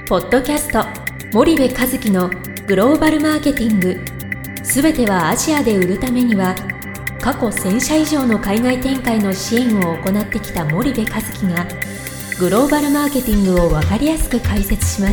ポッドキャスト森部一樹のグローバルマーケティング、すべてはアジアで売るためには、過去1000社以上の海外展開の支援を行ってきた森部一樹がグローバルマーケティングを分かりやすく解説します。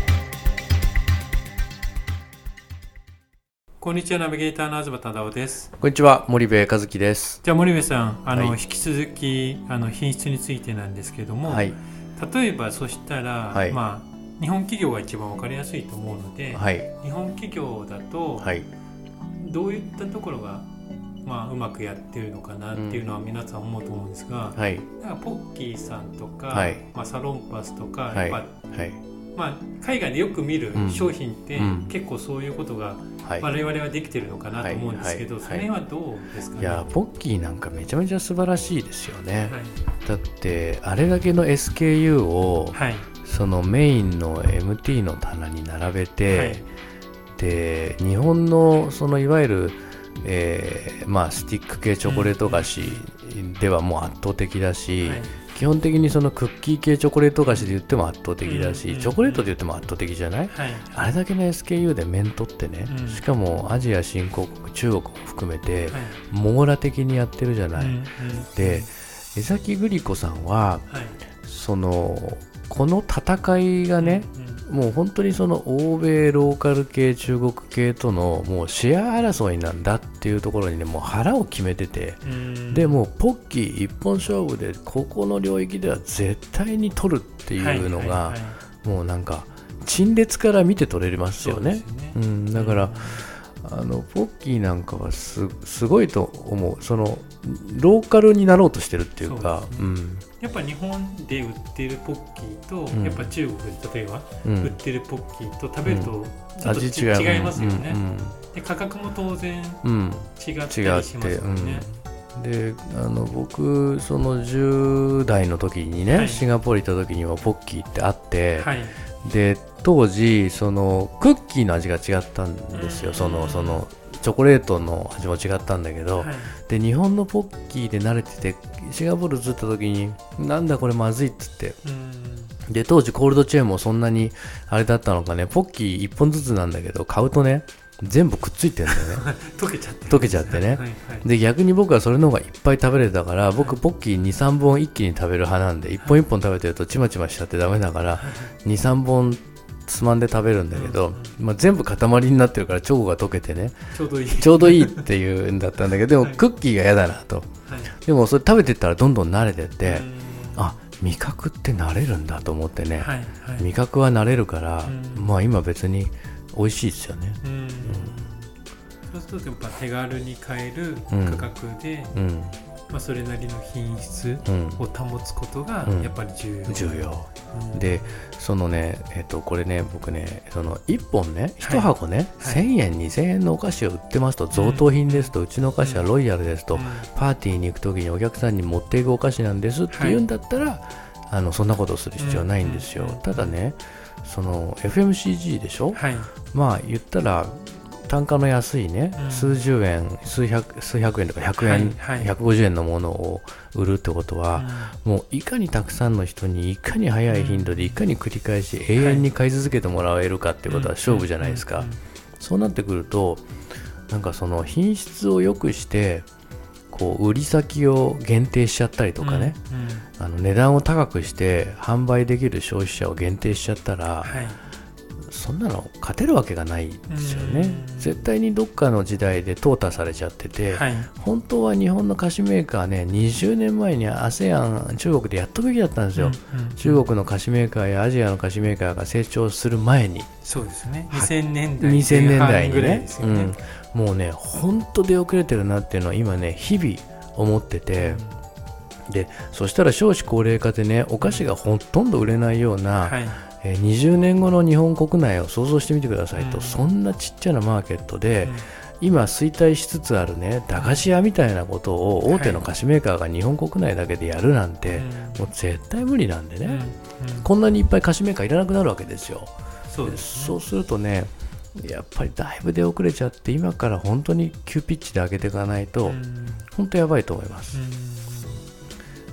こんにちは、ナビゲーターの東忠夫です。 こんにちは、森部一樹です。 じゃあ森部さん、引き続き品質についてなんですけども、例えばそしたら、日本企業が一番分かりやすいと思うので、日本企業だと、どういったところが、うまくやってるのかなっていうのは皆さん思うと思うんですが、なんかポッキーさんとか、サロンパスとか、海外でよく見る商品って、結構そういうことが我々はできてるのかなと思うんですけど、それはどうですかね。 いや、ポッキーなんかめちゃめちゃ素晴らしいですよね。だってあれだけの SKU を、そのメインの MT の棚に並べて、で日本のそのいわゆる、スティック系チョコレート菓子ではもう圧倒的だし、基本的にそのクッキー系チョコレート菓子で言っても圧倒的だし、チョコレートで言っても圧倒的じゃない、あれだけの SKU で面取ってね、しかもアジア新興国、中国も含めて、網羅的にやってるじゃない、で江崎グリコさんは、この戦いがね、もう本当にその欧米ローカル系中国系とのもうシェア争いなんだっていうところにね、もう腹を決めてて、でもうポッキー一本勝負でここの領域では絶対に取るっていうのが、もうなんか陳列から見て取れますよね。だからポッキーなんかはすごいと思う。そのローカルになろうとしてるっていうか、 やっぱ日本で売ってるポッキーと、やっぱ中国で例えば、売ってるポッキーと食べるとちょっと味違いますよね。で価格も当然違ったりしますよね。 で僕その10代の時にね、シンガポール行った時にはポッキーってあって、で当時そのクッキーの味が違ったんですよ。そのチョコレートの味も違ったんだけど、で日本のポッキーで慣れててシンガポールずっと時になんだこれまずいっつって、で当時コールドチェーンもそんなにあれだったのかね、ポッキー1本ずつなんだけど買うとね全部くっついてるんだよね溶けちゃってね、で逆に僕はそれの方がいっぱい食べれたから、僕ポッキー 2,3 本一気に食べる派なんで、1本1本食べてるとちまちましちゃってダメだから、2,3 本つまんで食べるんだけど、全部塊になってるからチョコが溶けてね、ちょうどいいっていうんだったんだけど、でもクッキーが嫌だなと、でもそれ食べてったらどんどん慣れてって、味覚って慣れるんだと思ってね、味覚は慣れるから、今別に美味しいですよね。 そうするとやっぱ手軽に買える価格で、それなりの品質を保つことがやっぱり重要。 でそのね、これね、僕ね、その1本ね、1箱ね、1000円2,000円のお菓子を売ってますと、贈答品ですと、うちのお菓子はロイヤルですと、パーティーに行くときにお客さんに持っていくお菓子なんですって言うんだったら、そんなことをする必要はないんですよ。ただね、その FMCG でしょ、言ったら単価の安いね、数十円数百円とか100円、150円のものを売るってことは、もういかにたくさんの人にいかに早い頻度でいかに繰り返し永遠に買い続けてもらえるかってことは勝負じゃないですか。そうなってくると、なんかその品質を良くしてこう売り先を限定しちゃったりとかね、値段を高くして販売できる消費者を限定しちゃったら、そんなの勝てるわけがないですよね。絶対にどっかの時代で淘汰されちゃってて、本当は日本の菓子メーカーね、20年前に ASEAN 中国でやっとくべきだったんですよ。中国の菓子メーカーやアジアの菓子メーカーが成長する前に。そうですね、2000年代にね、もうね本当出遅れてるなっていうのは今ね日々思ってて、でそしたら少子高齢化でね、お菓子がほとんど売れないような、20年後の日本国内を想像してみてくださいと、そんなちっちゃなマーケットで、今衰退しつつあるね駄菓子屋みたいなことを大手の菓子メーカーが日本国内だけでやるなんて、もう絶対無理なんでね、こんなにいっぱい菓子メーカーいらなくなるわけですよ。そうするとね、やっぱりだいぶ出遅れちゃって、今から本当に急ピッチで上げていかないと本当やばいと思います。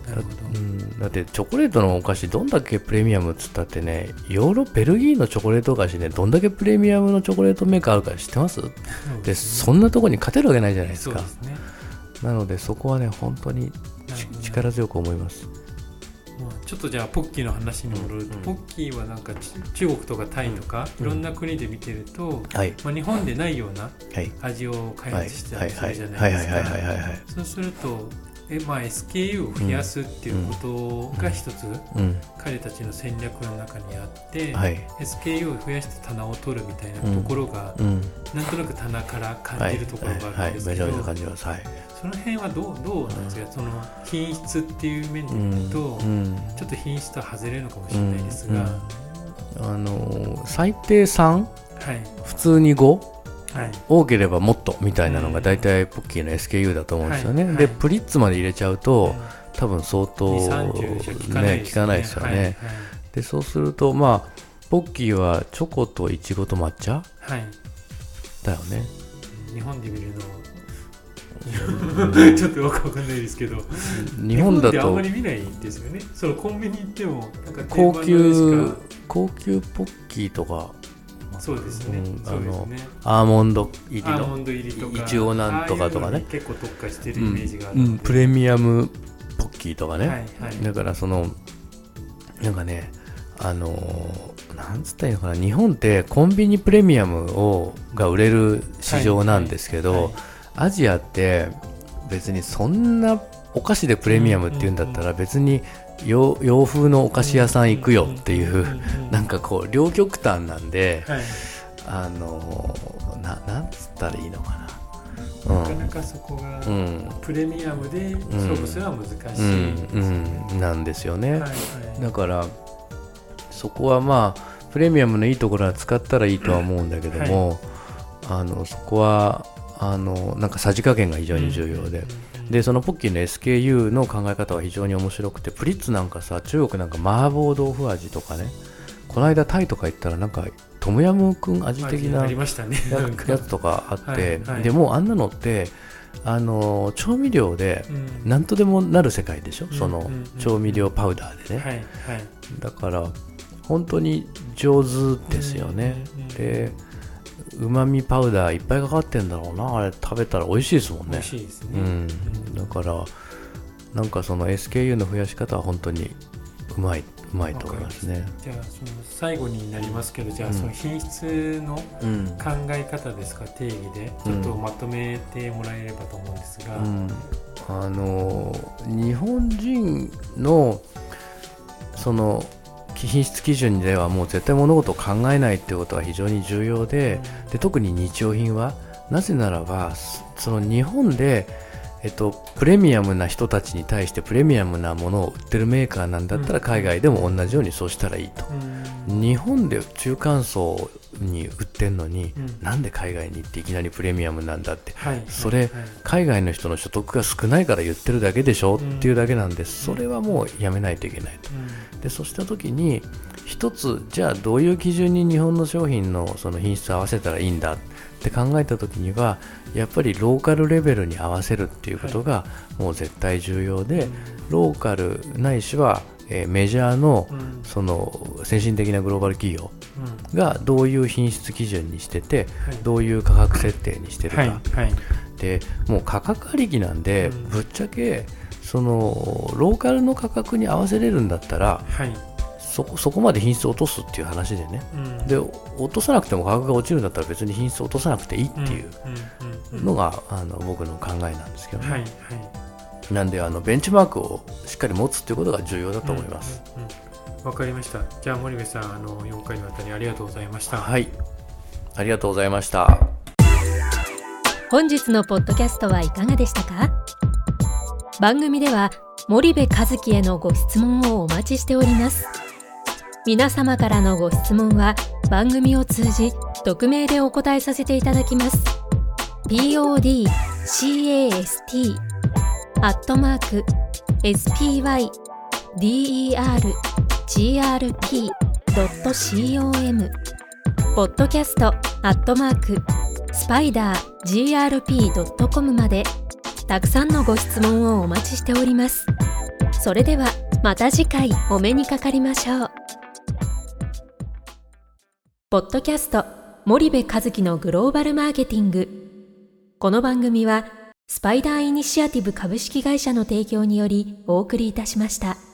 だってチョコレートのお菓子どんだけプレミアムっつったってね、ベルギーのチョコレートお菓子ね、どんだけプレミアムのチョコレートメーカーあるか知ってます？でそんなところに勝てるわけないじゃないですか。そうですね。なのでそこはね本当に力強く思います。 ちょっとじゃあポッキーの話に戻ると、ポッキーはなんか中国とかタイとか、いろんな国で見てると、日本でないような味を開発してたりするじゃないですか。そうするとSKU を増やすっていうことが一つ、彼たちの戦略の中にあって、SKU を増やして棚を取るみたいなところが、なんとなく棚から感じるところがあるんですけど、その辺はどうなんですか？その品質っていう面で見ると、ちょっと品質は外れるのかもしれないですが、 最低3、普通に5、多ければもっとみたいなのが大体ポッキーの SKU だと思うんですよね。でプリッツまで入れちゃうと、多分相当効かないですよね。でそうするとポッキーはチョコとイチゴと抹茶、だよね。 日本で見るのちょっとよくわかんないですけど、 日本だとあんまり見ないんですよね。そのコンビニ行ってもなんか高級ポッキーとか、 そうですね。 アーモンド入りのいちごなんとかとかね、 結構特化してるイメージがあるので、 プレミアムポッキーとかね。だからなんかね、なんつったらいいのかな、日本ってコンビニプレミアムが売れる市場なんですけど、アジアって別にそんなお菓子でプレミアムっていうんだったら別に洋風のお菓子屋さん行くよっていう、なんかこう両極端なんで、なんつったらいいのかな、なかなかそこがプレミアムで勝負するのは難しいですね。 なんですよね。だからそこはプレミアムのいいところは使ったらいいとは思うんだけども、そこはなんかさじ加減が非常に重要で、でそのポッキーの SKU の考え方は非常に面白くて、プリッツなんかさ、中国なんか麻婆豆腐味とかね、この間タイとか行ったらなんかトムヤムクン味的なやつとかあって、でもうあんなのって調味料で何とでもなる世界でしょ、その調味料パウダーでね。だから本当に上手ですよね。でうまみパウダーいっぱいかかってんだろうな、あれ食べたら美味しいですもんね。 美味しいですね。 だからなんかその SKU の増やし方は本当にうまいと思いますね。 じゃあその最後になりますけど、じゃあその品質の考え方ですか、定義でちょっとまとめてもらえればと思うんですが、 日本人のその品質基準ではもう絶対物事を考えないっていうことが非常に重要で、特に日用品はなぜならばその日本でプレミアムな人たちに対してプレミアムなものを売ってるメーカーなんだったら海外でも同じようにそうしたらいいと。日本で中間層に売ってんのに、なんで海外に行っていきなりプレミアムなんだって、それ海外の人の所得が少ないから言ってるだけでしょっていうだけなんです。それはもうやめないといけないと。でそうした時に一つ、じゃあどういう基準に日本の商品のその品質を合わせたらいいんだって考えた時には、やっぱりローカルレベルに合わせるっていうことがもう絶対重要で、ローカルないしはメジャーのその先進的なグローバル企業がどういう品質基準にしてて、どういう価格設定にしてるかで、もう価格ありきなんで、ぶっちゃけそのローカルの価格に合わせれるんだったら、そこまで品質を落とすっていう話でね、で落とさなくても価格が落ちるんだったら別に品質を落とさなくていいっていうのが僕の考えなんですけどね。なんでベンチマークをしっかり持つっていうことが重要だと思います。 わかりました。じゃあ森部さん、4回にわたりありがとうございました。 はい、ありがとうございました。 本日のポッドキャストはいかがでしたか？番組では森部一樹へのご質問をお待ちしております。皆様からのご質問は番組を通じ匿名でお答えさせていただきます。podcast@spydergrp.com podcast@spidergrp.com までたくさんのご質問をお待ちしております。 それではまた次回お目にかかりましょう。ポッドキャスト森部和樹のグローバルマーケティング。この番組はスパイダーイニシアティブ株式会社の提供によりお送りいたしました。